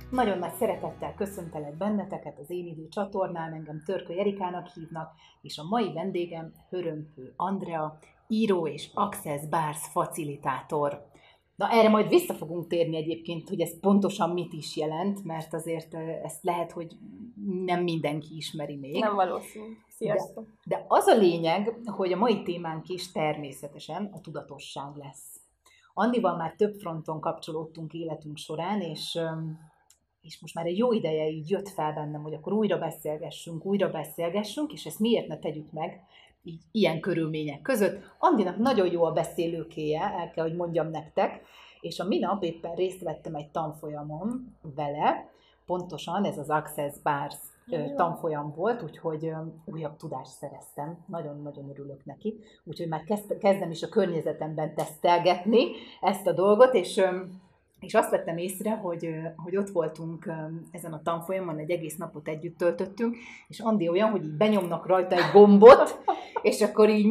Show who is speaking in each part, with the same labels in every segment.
Speaker 1: Nagyon nagy szeretettel köszöntelek benneteket az Én Idő csatornán, engem Törköly Erikának hívnak, és a mai vendégem Hörömpő Andrea, író és Access Bars facilitátor. Na, erre majd vissza fogunk térni egyébként, hogy ez pontosan mit is jelent, mert azért ezt lehet, hogy nem mindenki ismeri még.
Speaker 2: Nem valószínű. Sziasztok!
Speaker 1: De az a lényeg, hogy a mai témánk is természetesen a tudatosság lesz. Andival már több fronton kapcsolódtunk életünk során, és most már egy jó ideje így jött fel bennem, hogy akkor újra beszélgessünk, és ezt miért ne tegyük meg így, ilyen körülmények között. Andinak nagyon jó a beszélőkéje, el kell, hogy mondjam nektek, és a minap éppen részt vettem egy tanfolyamon vele, pontosan ez az Access Bars tanfolyam volt, úgyhogy újabb tudást szereztem, nagyon-nagyon örülök neki, úgyhogy már kezdem is a környezetemben tesztelgetni ezt a dolgot, és azt vettem észre, hogy ott voltunk ezen a tanfolyamon, egy egész napot együtt töltöttünk, és Andi olyan, hogy így benyomnak rajta egy gombot, és akkor így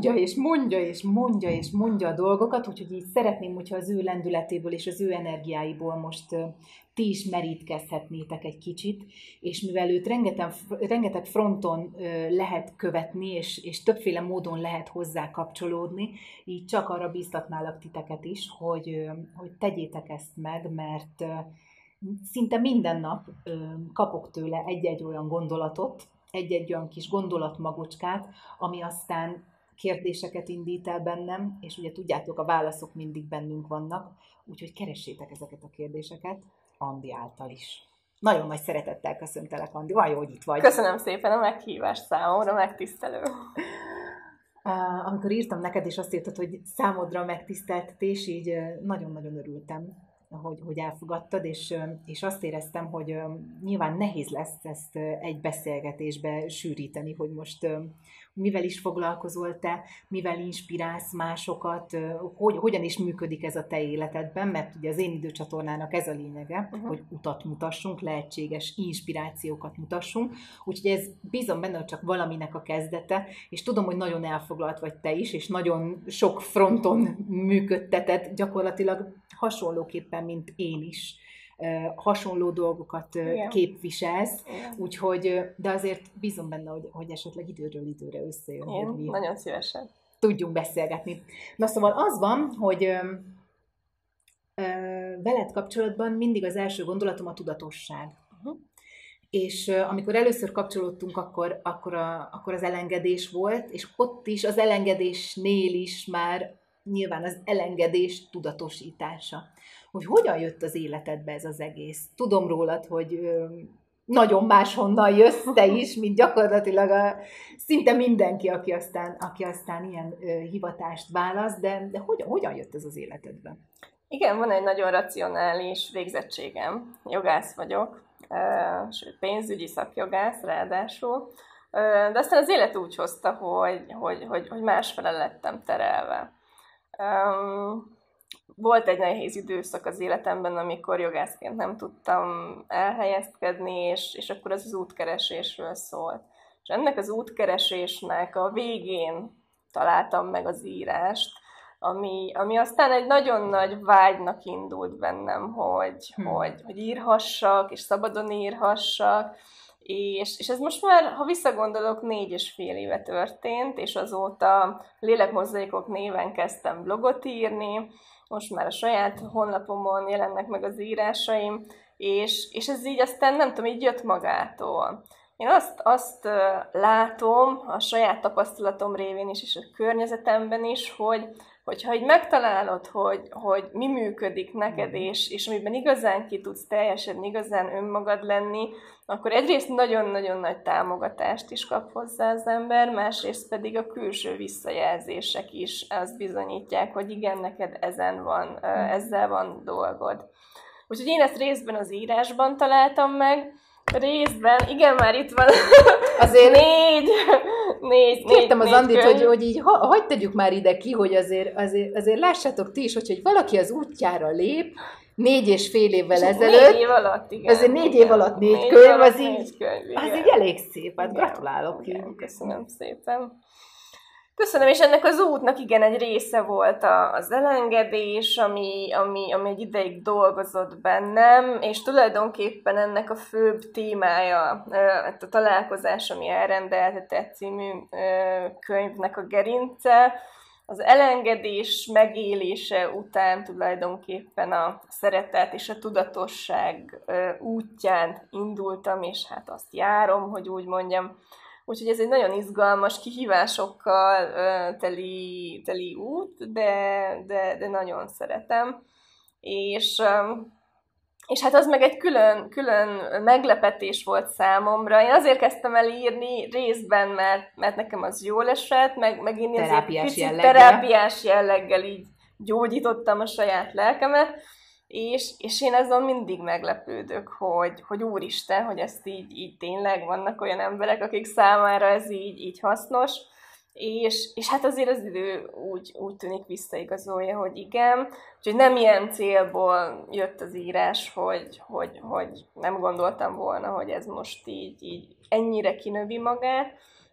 Speaker 1: mondja a dolgokat, úgyhogy így szeretném, hogyha az ő lendületéből és az ő energiáiból most ti is merítkezhetnétek egy kicsit, és mivel őt rengeteg fronton lehet követni, és többféle módon lehet hozzá kapcsolódni, így csak arra bíztatnálak titeket is, hogy tegyétek ezt meg, mert szinte minden nap kapok tőle egy-egy olyan gondolatot, egy-egy olyan kis gondolatmagocskát, ami aztán kérdéseket indít el bennem, és ugye tudjátok, a válaszok mindig bennünk vannak, úgyhogy keressétek ezeket a kérdéseket Andi által is. Nagyon nagy szeretettel köszöntelek, Andi. Vaj, hogy itt vagy.
Speaker 2: Köszönöm szépen a meghívást, számomra megtisztelő.
Speaker 1: Amikor írtam neked, és azt írtad, hogy számodra megtiszteltetés, így nagyon-nagyon örültem, hogy elfogadtad, és azt éreztem, hogy nyilván nehéz lesz ezt egy beszélgetésbe sűríteni, hogy most mivel is foglalkozol te, mivel inspirálsz másokat, hogyan is működik ez a te életedben, mert ugye az Én Idő csatornának ez a lényege, hogy utat mutassunk, lehetséges inspirációkat mutassunk, úgyhogy ez bízom benne, hogy csak valaminek a kezdete, és tudom, hogy nagyon elfoglalt vagy te is, és nagyon sok fronton működteted gyakorlatilag hasonlóképpen, mint én is. Hasonló dolgokat képviselsz, úgyhogy, de azért bízom benne, hogy esetleg időről időre összejön.
Speaker 2: Én nagyon szívesen.
Speaker 1: Tudjunk beszélgetni. Na szóval az van, hogy veled kapcsolatban mindig az első gondolatom a tudatosság. És amikor először kapcsolódtunk, akkor az elengedés volt, és ott is, az elengedésnél is már nyilván az elengedés tudatosítása. Hogy hogyan jött az életedbe ez az egész. Tudom rólad, hogy nagyon máshonnan jössz te is, mint gyakorlatilag szinte mindenki, aki aztán ilyen hivatást választ, de hogyan jött ez az életedbe?
Speaker 2: Igen, van egy nagyon racionális végzettségem. Jogász vagyok, sőt pénzügyi szakjogász ráadásul, de aztán az élet úgy hozta, hogy másfele lettem terelve. Volt egy nehéz időszak az életemben, amikor jogászként nem tudtam elhelyezkedni, és akkor ez az útkeresésről szólt. És ennek az útkeresésnek a végén találtam meg az írást, ami aztán egy nagyon nagy vágynak indult bennem, hogy írhassak, és szabadon írhassak, és ez most már, ha visszagondolok, 4,5 éve történt, és azóta Lélekmozaikok néven kezdtem blogot írni, most már a saját honlapomon jelennek meg az írásaim, és ez így aztán nem tudom, így jött magától. Én azt látom a saját tapasztalatom révén is, és a környezetemben is, hogyha így megtalálod, hogy mi működik neked, és amiben igazán ki tudsz teljesedni, igazán önmagad lenni, akkor egyrészt nagyon-nagyon nagy támogatást is kap hozzá az ember, másrészt pedig a külső visszajelzések is azt bizonyítják, hogy igen, neked ezzel van dolgod. Úgyhogy én ezt részben az írásban találtam meg, részben, igen, már itt van
Speaker 1: azért
Speaker 2: négy
Speaker 1: kértem az Andit, hogy így hagyd tegyük már ide ki, hogy azért lássátok ti is, hogy valaki az útjára lép, 4,5 évvel ezelőtt.
Speaker 2: 4 év alatt, igen.
Speaker 1: Azért 4 év alatt 4 könyv, az így elég szép, hát gratulálok.
Speaker 2: Igen, köszönöm szépen. Köszönöm, és ennek az útnak igen egy része volt az elengedés, ami egy ideig dolgozott bennem, és tulajdonképpen ennek a főbb témája a találkozás, ami elrendeltetett című könyvnek a gerince. Az elengedés megélése után tulajdonképpen a szeretet és a tudatosság útján indultam, és hát azt járom, hogy úgy mondjam. Úgyhogy ez egy nagyon izgalmas, kihívásokkal teli út, de nagyon szeretem. És hát az meg egy külön meglepetés volt számomra. Én azért kezdtem el írni részben, mert nekem az jól esett, meg én azért picit terápiás jelleggel így gyógyítottam a saját lelkemet, és én azon mindig meglepődök, hogy úristen, hogy ezt így tényleg vannak olyan emberek, akik számára ez így hasznos, és hát azért az idő úgy tűnik visszaigazolja, hogy igen. Úgyhogy nem ilyen célból jött az írás, hogy nem gondoltam volna, hogy ez most így ennyire kinövi magát,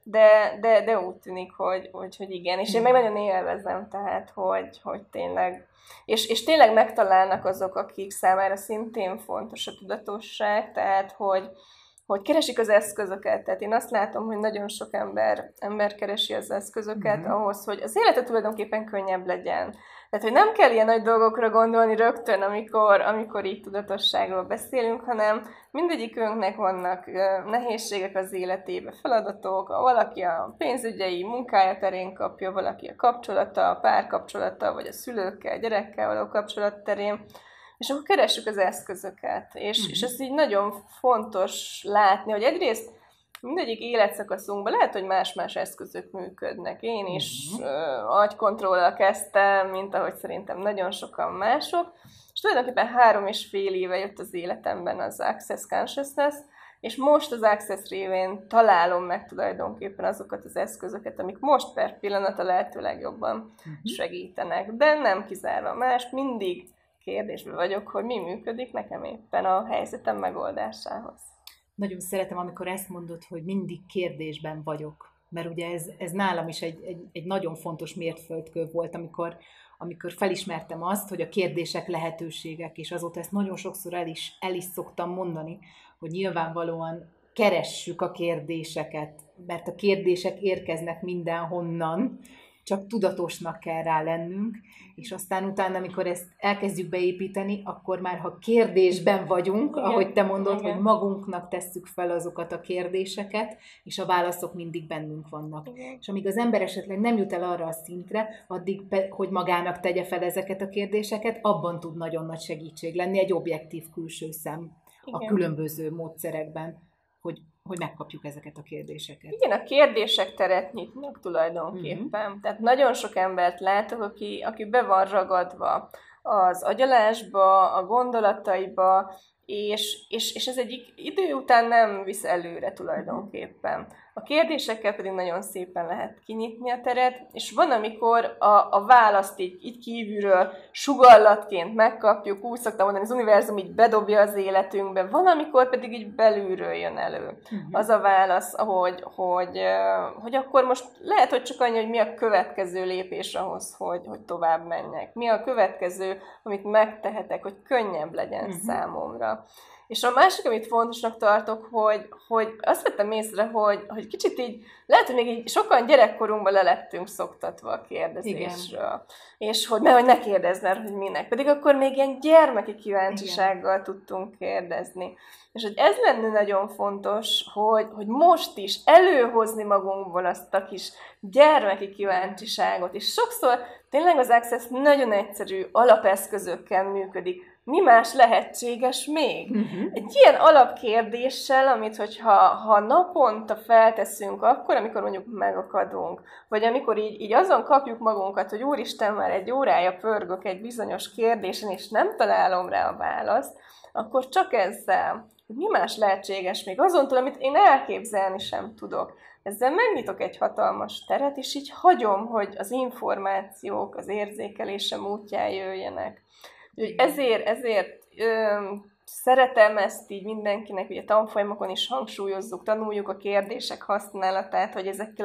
Speaker 2: de úgy tűnik, hogy igen. És én meg nagyon élvezem, tehát, hogy tényleg... És tényleg megtalálnak azok, akik számára szintén fontos a tudatosság, tehát, hogy keresik az eszközöket. Tehát én azt látom, hogy nagyon sok ember keresi az eszközöket ahhoz, hogy az élete tulajdonképpen könnyebb legyen. Tehát, hogy nem kell ilyen nagy dolgokra gondolni rögtön, amikor így tudatosságról beszélünk, hanem mindegyikünknek vannak nehézségek az életében, feladatok, valaki a pénzügyei, munkája terén kapja, valaki a kapcsolata, a párkapcsolata, vagy a szülőkkel, gyerekkel való kapcsolat terén, és akkor keressük az eszközöket. És ez így nagyon fontos látni, hogy egyrészt mindegyik életszakaszunkban lehet, hogy más-más eszközök működnek. Én is agykontrollal kezdtem, mint ahogy szerintem nagyon sokan mások. És tulajdonképpen 3,5 éve jött az életemben az Access Consciousness, és most az Access révén találom meg tulajdonképpen azokat az eszközöket, amik most per pillanat a lehető legjobban segítenek. De nem kizárva más, mindig kérdésben vagyok, hogy mi működik nekem éppen a helyzetem megoldásához.
Speaker 1: Nagyon szeretem, amikor ezt mondod, hogy mindig kérdésben vagyok, mert ugye ez nálam is egy nagyon fontos mértföldkő volt, amikor felismertem azt, hogy a kérdések lehetőségek, és azóta ezt nagyon sokszor el is szoktam mondani, hogy nyilvánvalóan keressük a kérdéseket, mert a kérdések érkeznek mindenhonnan, csak tudatosnak kell rá lennünk, és aztán utána, amikor ezt elkezdjük beépíteni, akkor már, ha kérdésben vagyunk, igen, ahogy te mondod, igen, hogy magunknak tesszük fel azokat a kérdéseket, és a válaszok mindig bennünk vannak. Igen. És amíg az ember esetleg nem jut el arra a szintre, addig, hogy magának tegye fel ezeket a kérdéseket, abban tud nagyon nagy segítség lenni egy objektív külső szem a különböző módszerekben, hogy megkapjuk ezeket a kérdéseket.
Speaker 2: Igen, a kérdések teret nyitnak tulajdonképpen. Tehát nagyon sok embert látok, aki be van ragadva az agyalásba, a gondolataiba, és ez egyik idő után nem visz előre tulajdonképpen. A kérdésekkel pedig nagyon szépen lehet kinyitni a teret, és van, amikor a választ így kívülről sugallatként megkapjuk, úgy szoktam mondani, az univerzum így bedobja az életünkbe, van, amikor pedig így belülről jön elő. Az a válasz, hogy akkor most lehet, hogy csak annyi, hogy mi a következő lépés ahhoz, hogy tovább menjek. Mi a következő, amit megtehetek, hogy könnyebb legyen számomra. És a másik, amit fontosnak tartok, hogy azt vettem észre, hogy kicsit így, lehet, hogy még így sokan gyerekkorunkban le lettünk szoktatva a kérdezésről. Igen. És hogy ne kérdezz, hogy minek. Pedig akkor még ilyen gyermeki kíváncsisággal tudtunk kérdezni. És hogy ez lenne nagyon fontos, hogy most is előhozni magunkból azt a kis gyermeki kíváncsiságot. És sokszor tényleg az Access nagyon egyszerű alapeszközökkel működik. Mi más lehetséges még? Egy ilyen alapkérdéssel, amit hogyha naponta felteszünk akkor, amikor mondjuk megakadunk, vagy amikor így azon kapjuk magunkat, hogy úristen, már egy órája pörgök egy bizonyos kérdésen, és nem találom rá a választ, akkor csak ezzel, hogy mi más lehetséges még azontól, amit én elképzelni sem tudok. Ezzel megnyitok egy hatalmas teret, és így hagyom, hogy az információk az érzékelésem útján jöjjenek. Úgyhogy ezért szeretem ezt így mindenkinek, ugye tanfolyamokon is hangsúlyozzuk, tanuljuk a kérdések használatát, hogy ezekkel a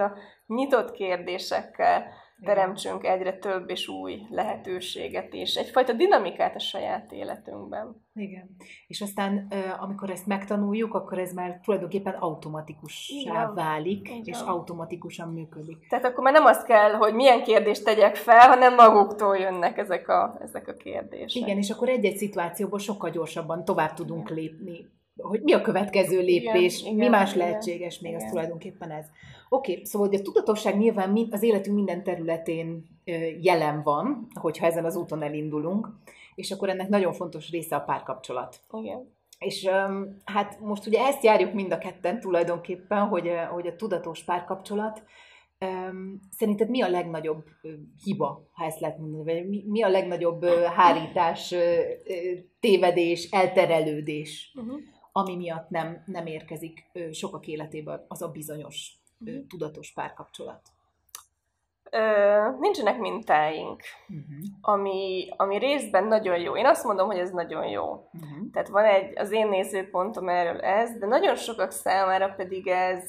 Speaker 2: nyitott kérdésekkel teremtsünk egyre több és új lehetőséget, és egyfajta dinamikát a saját életünkben.
Speaker 1: Igen. És aztán, amikor ezt megtanuljuk, akkor ez már tulajdonképpen automatikussá válik, és automatikusan működik.
Speaker 2: Tehát akkor már nem azt kell, hogy milyen kérdést tegyek fel, hanem maguktól jönnek ezek a kérdések.
Speaker 1: Igen, és akkor egy-egy szituációból sokkal gyorsabban tovább tudunk lépni. Hogy mi a következő lépés, mi más lehetséges még, az tulajdonképpen ez. Oké, szóval a tudatosság nyilván az életünk minden területén jelen van, hogyha ezen az úton elindulunk, és akkor ennek nagyon fontos része a párkapcsolat.
Speaker 2: Igen.
Speaker 1: És hát most ugye ezt járjuk mind a ketten tulajdonképpen, hogy a tudatos párkapcsolat. Szerinted mi a legnagyobb hiba, ha ezt lehet mondani, vagy mi a legnagyobb hárítás, tévedés, elterelődés, ami miatt nem érkezik sokak életében az a bizonyos tudatos párkapcsolat?
Speaker 2: Nincsenek mintáink, ami részben nagyon jó. Én azt mondom, hogy ez nagyon jó. Tehát van az én nézőpontom erről ez, de nagyon sokak számára pedig ez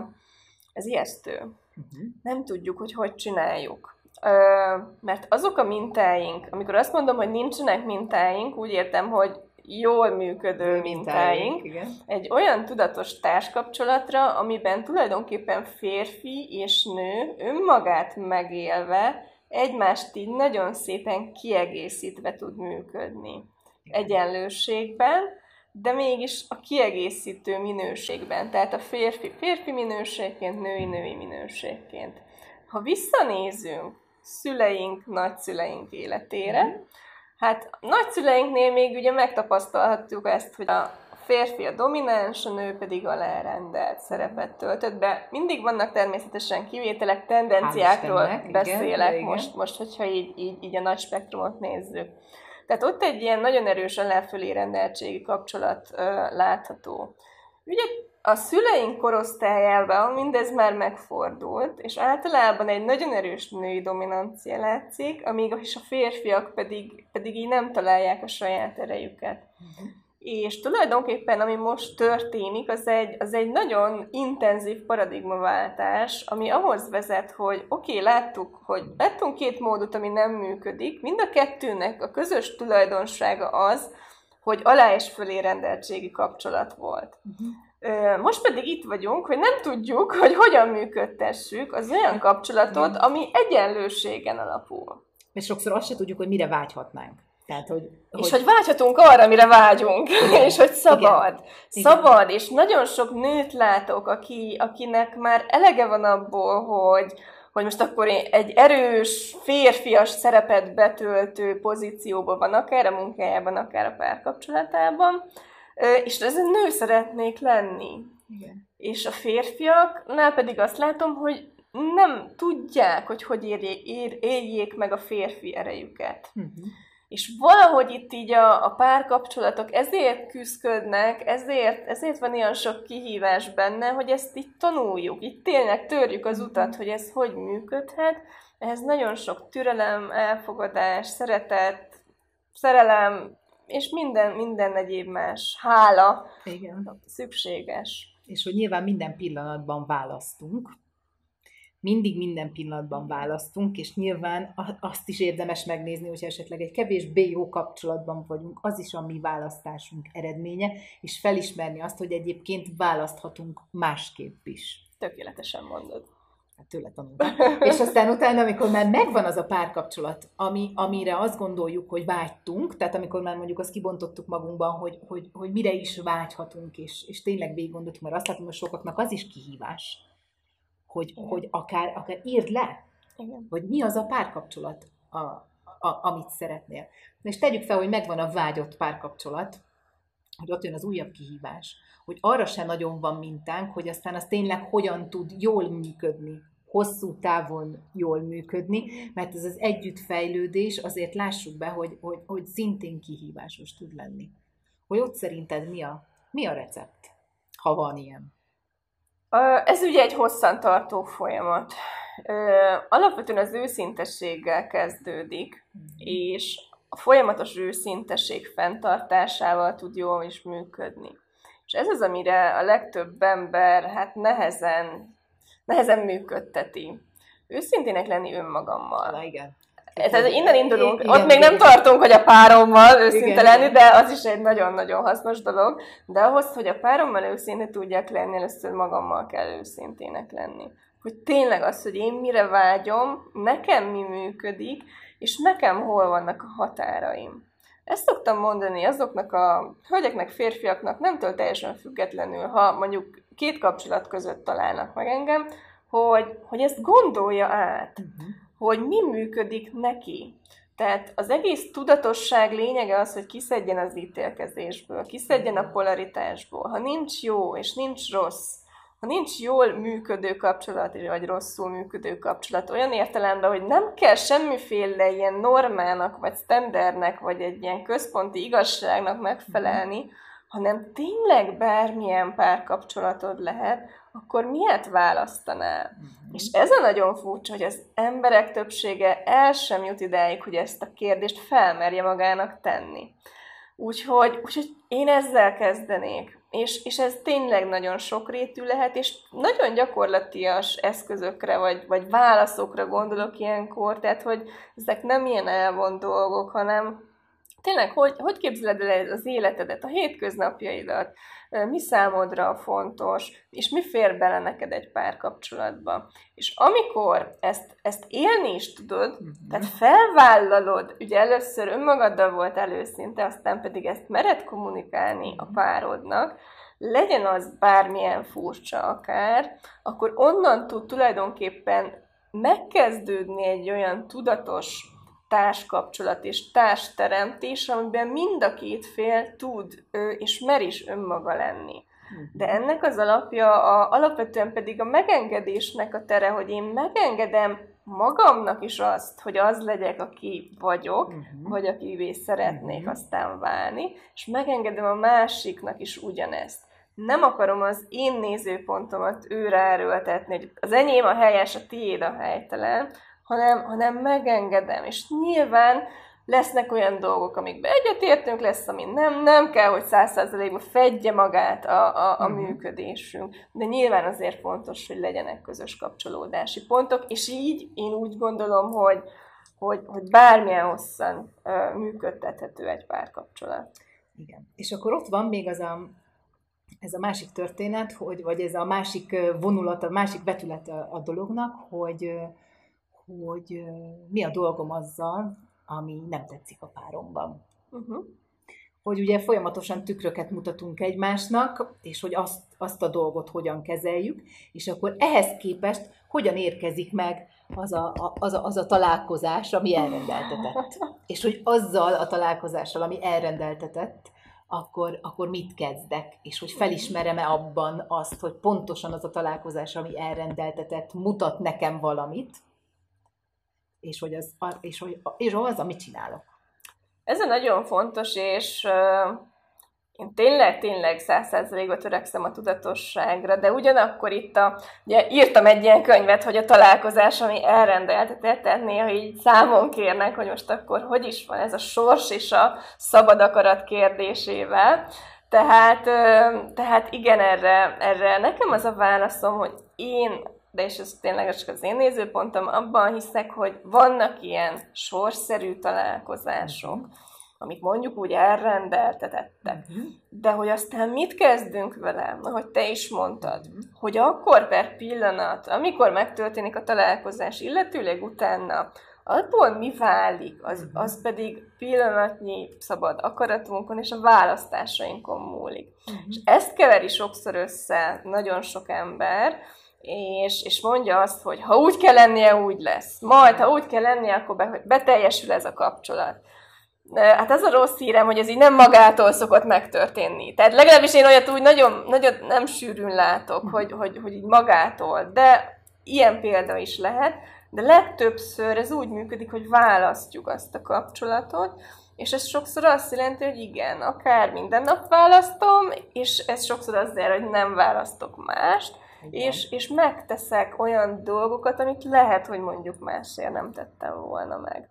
Speaker 2: ijesztő. Nem tudjuk, hogy csináljuk. Mert azok a mintáink, amikor azt mondom, hogy nincsenek mintáink, úgy értem, hogy jól működő mintáink, egy olyan tudatos társkapcsolatra, amiben tulajdonképpen férfi és nő önmagát megélve, egymást így nagyon szépen kiegészítve tud működni. Egyenlőségben, de mégis a kiegészítő minőségben. Tehát a férfi minőségként, női minőségként. Ha visszanézünk szüleink, nagyszüleink életére, hát nagyszüleinknél még ugye megtapasztalhatjuk ezt, hogy a férfi a domináns, a nő pedig alárendelt szerepet töltött be. Mindig vannak természetesen kivételek, tendenciákról beszélek igen. Most, hogyha így a nagy spektrumot nézzük. Tehát ott egy ilyen nagyon erős alá-fölé rendeltségi kapcsolat látható. Ugye a szüleink korosztályában mindez már megfordult, és általában egy nagyon erős női dominancia látszik, amíg is a férfiak pedig így nem találják a saját erejüket. És tulajdonképpen, ami most történik, az egy nagyon intenzív paradigmaváltás, ami ahhoz vezet, hogy láttunk két módot, ami nem működik, mind a kettőnek a közös tulajdonsága az, hogy alá és fölé rendeltségi kapcsolat volt. Most pedig itt vagyunk, hogy nem tudjuk, hogy hogyan működtessük az olyan kapcsolatot, ami egyenlőségen alapul.
Speaker 1: És sokszor azt se tudjuk, hogy mire vágyhatnánk. Tehát,
Speaker 2: hogy vágyhatunk arra, mire vágyunk, és hogy szabad. Igen. Szabad, és nagyon sok nőt látok, akinek már elege van abból, hogy most akkor egy erős, férfias szerepet betöltő pozícióban van, akár a munkájában, akár a párkapcsolatában, és ezen nő szeretnék lenni. Igen. És a férfiaknál pedig azt látom, hogy nem tudják, hogy éljék meg a férfi erejüket. És valahogy itt így a párkapcsolatok ezért küzdködnek, ezért van ilyen sok kihívás benne, hogy ezt így tanuljuk, itt tényleg törjük az utat, hogy ez hogy működhet. Ehhez nagyon sok türelem, elfogadás, szeretet, szerelem, és minden egyéb más hála szükséges.
Speaker 1: És hogy nyilván minden pillanatban választunk, mindig minden pillanatban választunk, és nyilván azt is érdemes megnézni, hogyha esetleg egy kevésbé jó kapcsolatban vagyunk, az is a mi választásunk eredménye, és felismerni azt, hogy egyébként választhatunk másképp is.
Speaker 2: Tökéletesen mondod.
Speaker 1: Hát tőle tanultam. És aztán utána, amikor már megvan az a párkapcsolat, amire azt gondoljuk, hogy vágytunk, tehát amikor már mondjuk azt kibontottuk magunkban, hogy mire is vágyhatunk, és tényleg végig gondoltuk, mert azt látom, hogy sokaknak az is kihívás, hogy akár írd le, igen, hogy mi az a párkapcsolat, amit szeretnél. És tegyük fel, hogy megvan a vágyott párkapcsolat, hogy ott jön az újabb kihívás, hogy arra sem nagyon van mintánk, hogy aztán az tényleg hogyan tud jól működni, hosszú távon jól működni, mert ez az együttfejlődés, azért lássuk be, hogy szintén kihívásos tud lenni. Hogy ott szerinted mi a recept, ha van ilyen?
Speaker 2: Ez ugye egy hosszantartó folyamat. Alapvetően az őszintességgel kezdődik, és a folyamatos őszintesség fenntartásával tud jól is működni. És ez az, amire a legtöbb ember nehezen nehezen működteti. Őszintének lenni önmagammal.
Speaker 1: Na, igen.
Speaker 2: Tehát innen indulunk, ott még nem tartunk, hogy a párommal őszinte lenni, de az is egy nagyon-nagyon hasznos dolog. De ahhoz, hogy a párommal őszinte tudjak lenni, először magammal kell őszintének lenni. Hogy tényleg az, hogy én mire vágyom, nekem mi működik, és nekem hol vannak a határaim. Ezt szoktam mondani azoknak a hölgyeknek, férfiaknak, nemtől teljesen függetlenül, ha mondjuk két kapcsolat között találnak meg engem, hogy ezt gondolja át, hogy mi működik neki. Tehát az egész tudatosság lényege az, hogy kiszedjen az ítélkezésből, kiszedjen a polaritásból. Ha nincs jó és nincs rossz, ha nincs jól működő kapcsolat, vagy rosszul működő kapcsolat, olyan értelemben, hogy nem kell semmiféle ilyen normának, vagy sztendernek, vagy egy ilyen központi igazságnak megfelelni, hanem tényleg bármilyen párkapcsolatod lehet, akkor miért választanál? És ez a nagyon furcsa, hogy az emberek többsége el sem jut idáig, hogy ezt a kérdést felmerje magának tenni. Úgyhogy én ezzel kezdenék. És ez tényleg nagyon sokrétű lehet, és nagyon gyakorlatias eszközökre, vagy válaszokra gondolok ilyenkor, tehát hogy ezek nem ilyen elvont dolgok, hanem tényleg, hogy képzeled el az életedet, a hétköznapjaidat, mi számodra fontos, és mi fér bele neked egy párkapcsolatba. És amikor ezt élni is tudod, tehát felvállalod, ugye először önmagaddal volt előszinte, aztán pedig ezt mered kommunikálni a párodnak, legyen az bármilyen furcsa akár, akkor onnan tud tulajdonképpen megkezdődni egy olyan tudatos társkapcsolat és társteremtés, amiben mind a két fél tud és mer is önmaga lenni. De ennek az alapja, alapvetően pedig a megengedésnek a tere, hogy én megengedem magamnak is azt, hogy az legyek, aki vagyok, vagy akivé szeretnék aztán válni, és megengedem a másiknak is ugyanezt. Nem akarom az én nézőpontomat őre erőltetni, hogy az enyém a helyes, a tiéd a helytelen, hanem megengedem. És nyilván lesznek olyan dolgok, amikben egyetértünk, lesz, ami nem kell, hogy 100%-ban fedje magát a működésünk. De nyilván azért fontos, hogy legyenek közös kapcsolódási pontok, és így én úgy gondolom, hogy bármilyen hosszan működtethető egy párkapcsolat.
Speaker 1: Igen. És akkor ott van még ez a másik történet, vagy ez a másik vonulat, a másik vetület a dolognak, hogy mi a dolgom azzal, ami nem tetszik a páromban. Hogy ugye folyamatosan tükröket mutatunk egymásnak, és hogy azt a dolgot hogyan kezeljük, és akkor ehhez képest hogyan érkezik meg az a találkozás, ami elrendeltetett. És hogy azzal a találkozással, ami elrendeltetett, akkor mit kezdek, és hogy felismerem-e abban azt, hogy pontosan az a találkozás, ami elrendeltetett, mutat nekem valamit, és az, amit csinálok.
Speaker 2: Ez a nagyon fontos, és én tényleg 100%-ba törekszem a tudatosságra, de ugyanakkor ugye írtam egy ilyen könyvet, hogy a találkozás, ami elrendeltetett, tehát néha így számon kérnek, hogy most akkor hogy is van ez a sors és a szabad akarat kérdésével. Tehát igen, erre nekem az a válaszom, hogy de és ez tényleg csak az én nézőpontom, abban hiszek, hogy vannak ilyen sorszerű találkozások, amik mondjuk úgy elrendeltetettek. De hogy aztán mit kezdünk vele, ahogy te is mondtad, hogy akkor per pillanat, amikor megtörténik a találkozás, illetőleg utána, abból mi válik, az pedig pillanatnyi szabad akaratunkon és a választásainkon múlik. És ezt keveri sokszor össze nagyon sok ember, és mondja azt, hogy ha úgy kell lennie, úgy lesz. Majd, ha úgy kell lennie, akkor beteljesül ez a kapcsolat. Hát az a rossz hírem, hogy ez így nem magától szokott megtörténni. Tehát legalábbis én olyat úgy nagyon nem sűrűn látok, hogy így magától. De ilyen példa is lehet. De legtöbbször ez úgy működik, hogy választjuk azt a kapcsolatot, és ez sokszor azt jelenti, hogy igen, akár minden nap választom, és ez sokszor azt jelenti, hogy nem választok mást, és megteszek olyan dolgokat, amit lehet, hogy mondjuk másért nem tettem volna meg.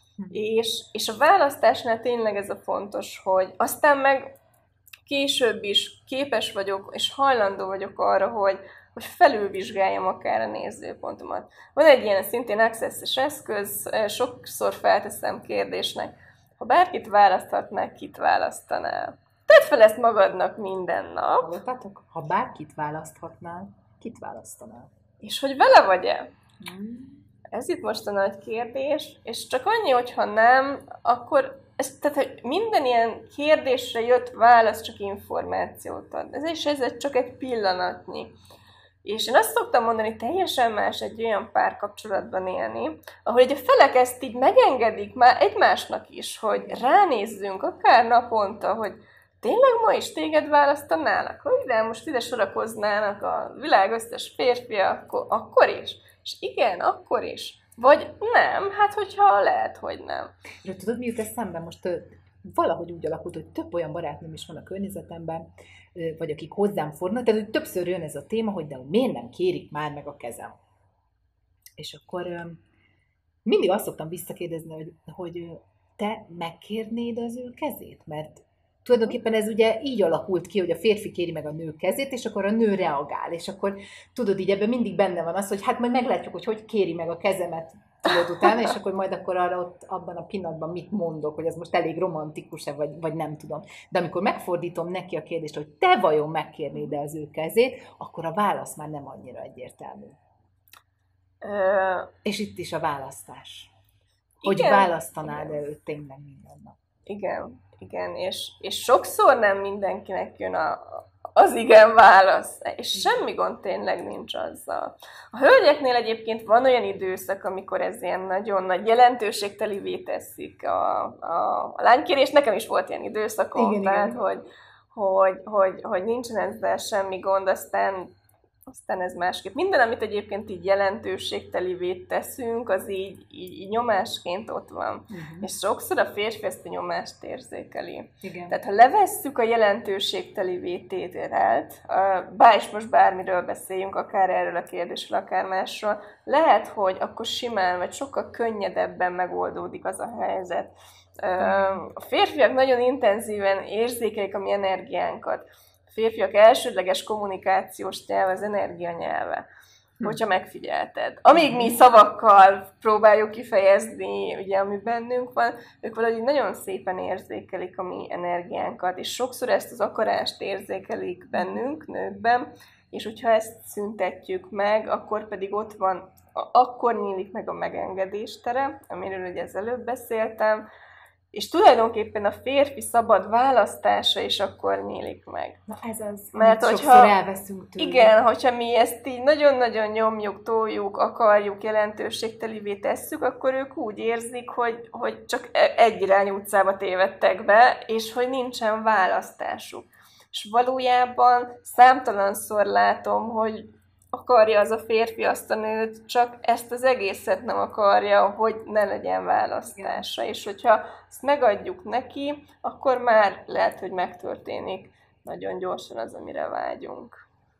Speaker 2: És a választásnál tényleg ez a fontos, hogy aztán meg később is képes vagyok, és hajlandó vagyok arra, felülvizsgáljam akár a nézőpontomat. Van egy ilyen szintén access-es eszköz, sokszor felteszem kérdésnek, ha bárkit választhatnál, kit választanál? Tedd fel ezt magadnak minden nap.
Speaker 1: Hallottátok? Ha bárkit választhatnál, kit választanál?
Speaker 2: És hogy vele vagy-e? Ez itt most a nagy kérdés, és csak annyi, hogyha nem, akkor tehát, hogy minden ilyen kérdésre jött válasz csak információt ad. Ez csak egy pillanatnyi. És én azt szoktam mondani, teljesen más egy olyan párkapcsolatban élni, ahol egy a felek ezt így megengedik már egymásnak is, hogy ránézzünk akár naponta, hogy tényleg ma is téged választanának, hogy de most ide sorakoznának a világ összes férfia, akkor is. És igen, akkor is. Vagy nem, hát hogyha lehet, hogy nem.
Speaker 1: És tudod, mi jut eszembe? Most valahogy úgy alakult, hogy több olyan barátnőm is van a környezetemben, vagy akik hozzám fordulnak, tehát hogy többször jön ez a téma, hogy de miért nem kérik már meg a kezem. És akkor mindig azt szoktam visszakérdezni, hogy te megkérnéd az ő kezét? Mert tulajdonképpen ez ugye így alakult ki, hogy a férfi kéri meg a nő kezét, és akkor a nő reagál. És akkor tudod, így ebben mindig benne van az, hogy hát majd meglátjuk, hogy kéri meg a kezemet, tudod utána, és akkor majd akkor arra ott abban a pillanatban mit mondok, hogy ez most elég romantikus-e, vagy nem tudom. De amikor megfordítom neki a kérdést, hogy te vajon megkérnéd az ő kezét, akkor a válasz már nem annyira egyértelmű. És itt is a választás. Hogy választanád-e őt tényleg minden nap.
Speaker 2: Igen, és sokszor nem mindenkinek jön az igen válasz, és semmi gond tényleg nincs azzal. A hölgyeknél egyébként van olyan időszak, amikor ez ilyen nagyon nagy jelentőségtelivé teszik a lánykérés. Nekem is volt ilyen időszakom, igen, tehát igen. Hogy nincsen ezzel semmi gond, aztán ez másképp. Minden, amit egyébként így jelentőségtelivé teszünk, az így nyomásként ott van. Uh-huh. És sokszor a férfi ezt a nyomást érzékeli. Igen. Tehát ha levesszük a jelentőségtelivé tételt, és most bármiről beszéljünk, akár erről a kérdésről, akár másról, lehet, hogy akkor simán, vagy sokkal könnyedebben megoldódik az a helyzet. A férfiak nagyon intenzíven érzékelik a mi energiánkat. A férfiak elsődleges kommunikációs nyelve az energianyelve, hogyha megfigyelted. Amíg mi szavakkal próbáljuk kifejezni, ugye, ami bennünk van, ők valahogy nagyon szépen érzékelik a mi energiánkat, és sokszor ezt az akarást érzékelik bennünk, nőkben, és hogyha ezt szüntetjük meg, akkor pedig ott van, akkor nyílik meg a megengedés tere, amiről ugye az előbb beszéltem, és tulajdonképpen a férfi szabad választása is akkor nyílik meg.
Speaker 1: Na ez az, mert sokszor elveszünk tőle.
Speaker 2: Igen, hogyha mi ezt így nagyon-nagyon nyomjuk, toljuk, akarjuk, jelentőségtelivé tesszük, akkor ők úgy érzik, hogy csak egy irányú utcába tévedtek be, és hogy nincsen választásuk. És valójában számtalanszor látom, hogy akarja az a férfi azt a nőt, csak ezt az egészet nem akarja, hogy ne legyen választása. Igen. És hogyha ezt megadjuk neki, akkor már lehet, hogy megtörténik nagyon gyorsan az, amire vágyunk.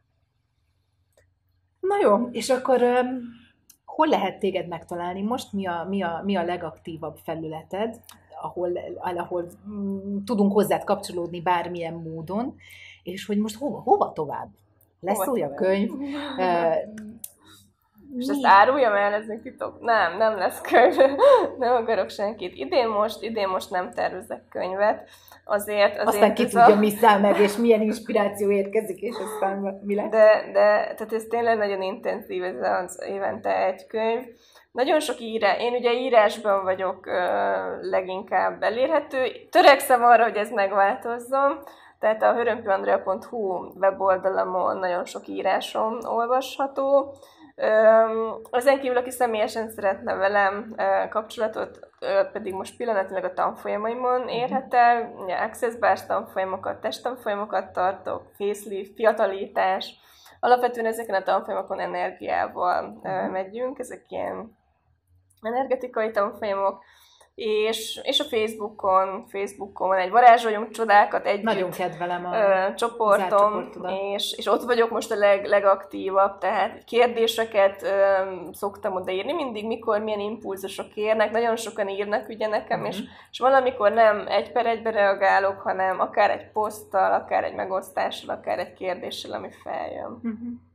Speaker 1: Na jó, és akkor hol lehet téged megtalálni most? Mi a legaktívabb felületed, ahol tudunk hozzád kapcsolódni bármilyen módon, és hogy most hova tovább? Lesz olyan könyv?
Speaker 2: És ezt áruljam el, ez még titok? Nem lesz könyv. Nem akarok senkit. Idén most nem tervezek könyvet. Azért
Speaker 1: aztán ki tudja, mi száll meg, és milyen inspiráció érkezik, és aztán mi lesz?
Speaker 2: De tehát ez tényleg nagyon intenzív, ez az évente egy könyv. Nagyon sok én ugye írásban vagyok leginkább elérhető. Törekszem arra, hogy ez megváltozzon. Tehát a hörömpőandrea.hu weboldalamon nagyon sok írásom olvasható. Ezen kívül, aki személyesen szeretne velem kapcsolatot, pedig most pillanatilag a tanfolyamaimon érhet el. Access Bars tanfolyamokat, testtanfolyamokat tartok, facelift, fiatalítás. Alapvetően ezeken a tanfolyamokon energiával megyünk, ezek ilyen energetikai tanfolyamok. És a Facebookon van egy Varázsoljunk csodákat együtt.
Speaker 1: Nagyon kedvelem a
Speaker 2: csoportom, és ott vagyok most a legaktívabb, tehát kérdéseket szoktam odaírni, mindig mikor milyen impulzusok érnek, nagyon sokan írnak ugye nekem, és valamikor nem 1/1 reagálok, hanem akár egy poszttal, akár egy megosztással, akár egy kérdéssel, ami feljön.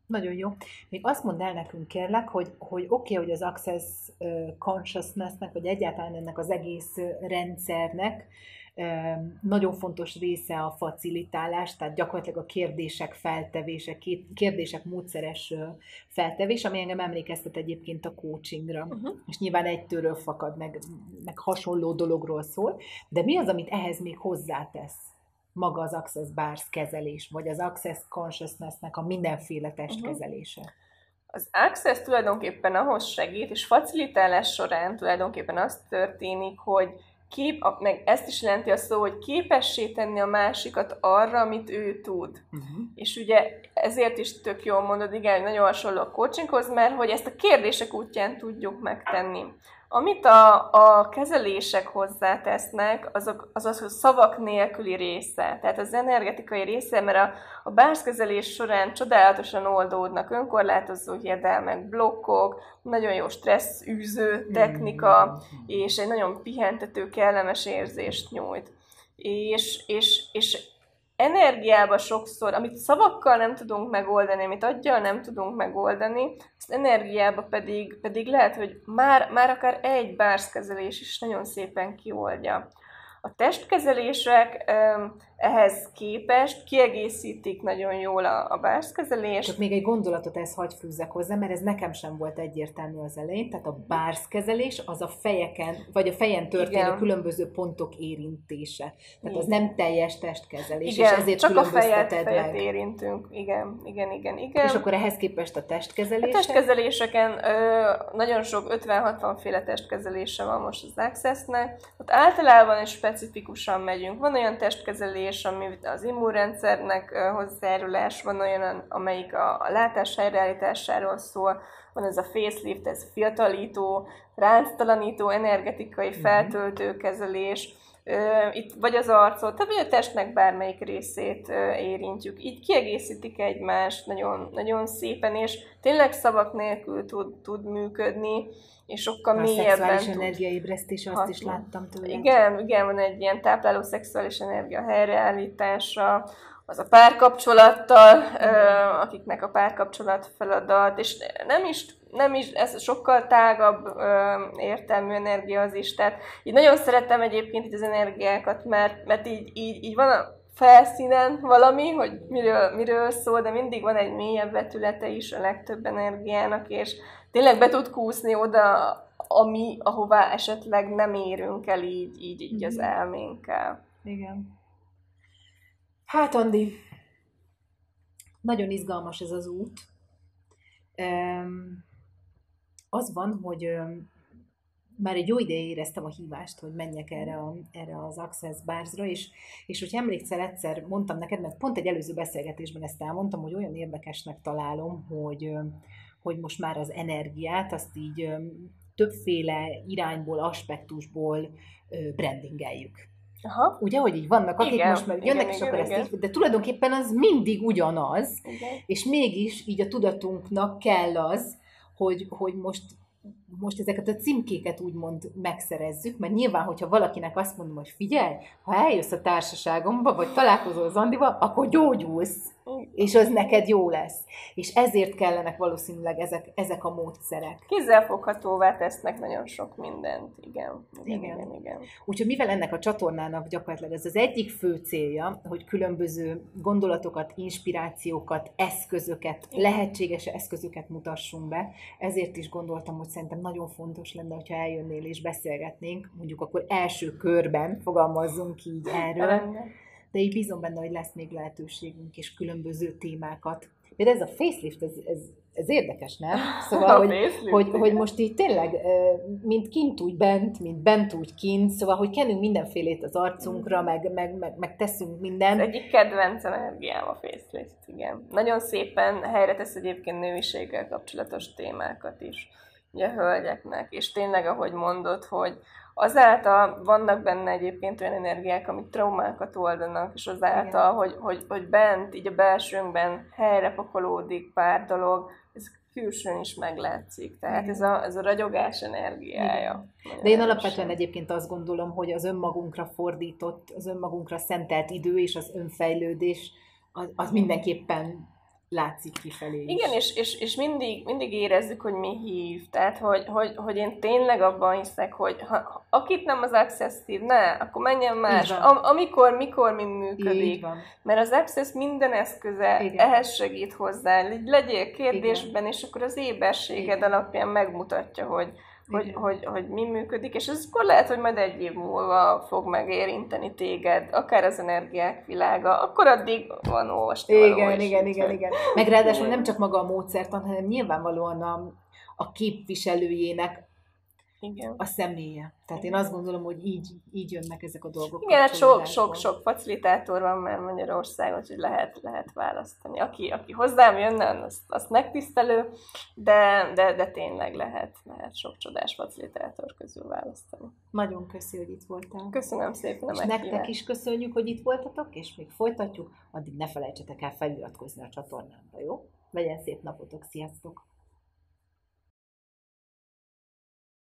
Speaker 1: Nagyon jó. Még azt mondd el nekünk, kérlek, hogy oké, hogy az Access Consciousness-nek, vagy egyáltalán ennek az egész rendszernek nagyon fontos része a facilitálás, tehát gyakorlatilag a kérdések feltevése, kérdések módszeres feltevés, ami engem emlékeztet egyébként a coachingra. És nyilván egytőről fakad, meg hasonló dologról szól, de mi az, amit ehhez még hozzátesz? Maga az Access Bars kezelés, vagy az Access Consciousness-nek a mindenféle testkezelése?
Speaker 2: Az Access tulajdonképpen ahhoz segít, és facilitálás során tulajdonképpen az történik, hogy meg ezt is jelenti a szó, hogy képessé tenni a másikat arra, amit ő tud. És ugye ezért is tök jól mondod, igen, nagyon hasonló a coachinghoz, mert hogy ezt a kérdések útján tudjuk megtenni. Amit a kezelések hozzátesznek, az a szavak nélküli része, tehát az energetikai része, mert a bárskezelés során csodálatosan oldódnak önkorlátozó hiedelmek, blokkok, nagyon jó stresszűző technika, és egy nagyon pihentető, kellemes érzést nyújt. És energiába sokszor, amit szavakkal nem tudunk megoldani, amit aggyal nem tudunk megoldani, azt energiába pedig lehet, hogy már akár egy bárskezelés is nagyon szépen kioldja. A testkezelések ehhez képest kiegészítik nagyon jól a bárskezelést.
Speaker 1: Csak még egy gondolatot ezt hagy fűzzek hozzá, mert ez nekem sem volt egyértelmű az elején. Tehát a bárskezelés az a fejeken, vagy a fejen történő különböző pontok érintése. Tehát az nem teljes testkezelés,
Speaker 2: igen,
Speaker 1: és ezért
Speaker 2: csak a
Speaker 1: fejet
Speaker 2: meg. Érintünk. Igen.
Speaker 1: És akkor ehhez képest a testkezelések?
Speaker 2: A testkezeléseken nagyon sok 50-60 féle testkezelése van most az Accessnek. Ott általában is specifikusan megyünk. Van olyan testkezelés, ami az immunrendszernek hozzájárulás, van olyan, amelyik a látás helyreállításáról szól, van ez a facelift, ez fiatalító, ránctalanító, energetikai feltöltő kezelés, itt vagy az arcot, vagy a testnek bármelyik részét érintjük. Így kiegészítik egymást nagyon, nagyon szépen, és tényleg szavak nélkül tud működni, és sokkal mélyebben
Speaker 1: szexuális energiaébresztés, azt is láttam tőle.
Speaker 2: Igen, van egy ilyen tápláló szexuális energia helyreállítása, az a párkapcsolattal, akiknek a párkapcsolat feladat, és nem is, ez sokkal tágabb értelmű energia az is, tehát így nagyon szeretem egyébként itt az energiákat, mert így van a felszínen valami, hogy miről szól, de mindig van egy mélyebb vetülete is a legtöbb energiának, és tényleg be tud kúszni oda, ahová esetleg nem érünk el így az elménkkel.
Speaker 1: Igen. Hát, Andi, nagyon izgalmas ez az út. Az van, hogy már egy jó ideje éreztem a hívást, hogy menjek erre az Access Barsra, és hogy emlékszel, egyszer mondtam neked, mert pont egy előző beszélgetésben ezt elmondtam, hogy olyan érdekesnek találom, hogy most már az energiát, azt így többféle irányból, aspektusból brandingeljük.
Speaker 2: Aha.
Speaker 1: Ugye, hogy így vannak, akik most már jönnek, és akkor ezt így, de tulajdonképpen az mindig ugyanaz, és mégis így a tudatunknak kell az, hogy most ezeket a címkéket úgymond megszerezzük, mert nyilván, hogyha valakinek azt mondom, hogy figyelj, ha eljössz a társaságomba, vagy találkozol az Andival, akkor gyógyulsz, és az neked jó lesz. És ezért kellenek valószínűleg ezek a módszerek.
Speaker 2: Kézzelfoghatóvá tesznek nagyon sok mindent. Igen.
Speaker 1: Úgyhogy mivel ennek a csatornának gyakorlatilag ez az egyik fő célja, hogy különböző gondolatokat, inspirációkat, eszközöket, lehetséges eszközöket mutassunk be, ezért is gondoltam, hogy szerintem nagyon fontos lenne, hogyha eljönnél és beszélgetnénk, mondjuk akkor első körben fogalmazzunk így erről, de így bízom benne, hogy lesz még lehetőségünk és különböző témákat. Például ez a facelift, ez érdekes, nem? Szóval, hogy most így tényleg, mint kint úgy bent, mint bent úgy kint, szóval, hogy kenünk mindenfélét az arcunkra, meg teszünk mindent.
Speaker 2: Ez egyik kedvenc energiám a facelift, igen. Nagyon szépen helyre tesz egyébként nőiséggel kapcsolatos témákat is, ugye a hölgyeknek, és tényleg, ahogy mondod, hogy azáltal vannak benne egyébként olyan energiák, amik traumákat oldanak, és azáltal, hogy bent, így a belsőnkben helyrepakolódik pár dolog, ez külsőn is meglátszik. Tehát ez a ragyogás energiája.
Speaker 1: De én alapvetően egyébként azt gondolom, hogy az önmagunkra fordított, az önmagunkra szentelt idő és az önfejlődés az mindenképpen látszik kifelé is.
Speaker 2: Igen, és mindig érezzük, hogy mi hív. Tehát, hogy én tényleg abban hiszek, hogy akit nem az Access hív, ne, akkor menjen más. Mikor mi működik. Mert az Access minden eszköze ehhez segít hozzá. Legyél kérdésben, és akkor az éberséged alapján megmutatja, hogy mi működik, és ez akkor lehet, hogy majd 1 év múlva fog megérinteni téged, akár az energiák világa, akkor addig van olvasnivaló.
Speaker 1: Igen. Meg ráadásul nem csak maga a módszertan, hanem nyilvánvalóan a képviselőjének a személye. Tehát én azt gondolom, hogy így jönnek ezek a dolgok.
Speaker 2: Igen, hát sok facilitátor van már Magyarországon, úgyhogy lehet választani. Aki hozzám jönne, azt megtisztelő, de tényleg lehet sok csodás facilitátor közül választani.
Speaker 1: Nagyon köszi, hogy itt voltál.
Speaker 2: Köszönöm szépen a
Speaker 1: meghívást. És nektek is köszönjük, hogy itt voltatok, és még folytatjuk. Addig ne felejtsetek el feliratkozni a csatornámra, jó? Legyen szép napotok, sziasztok!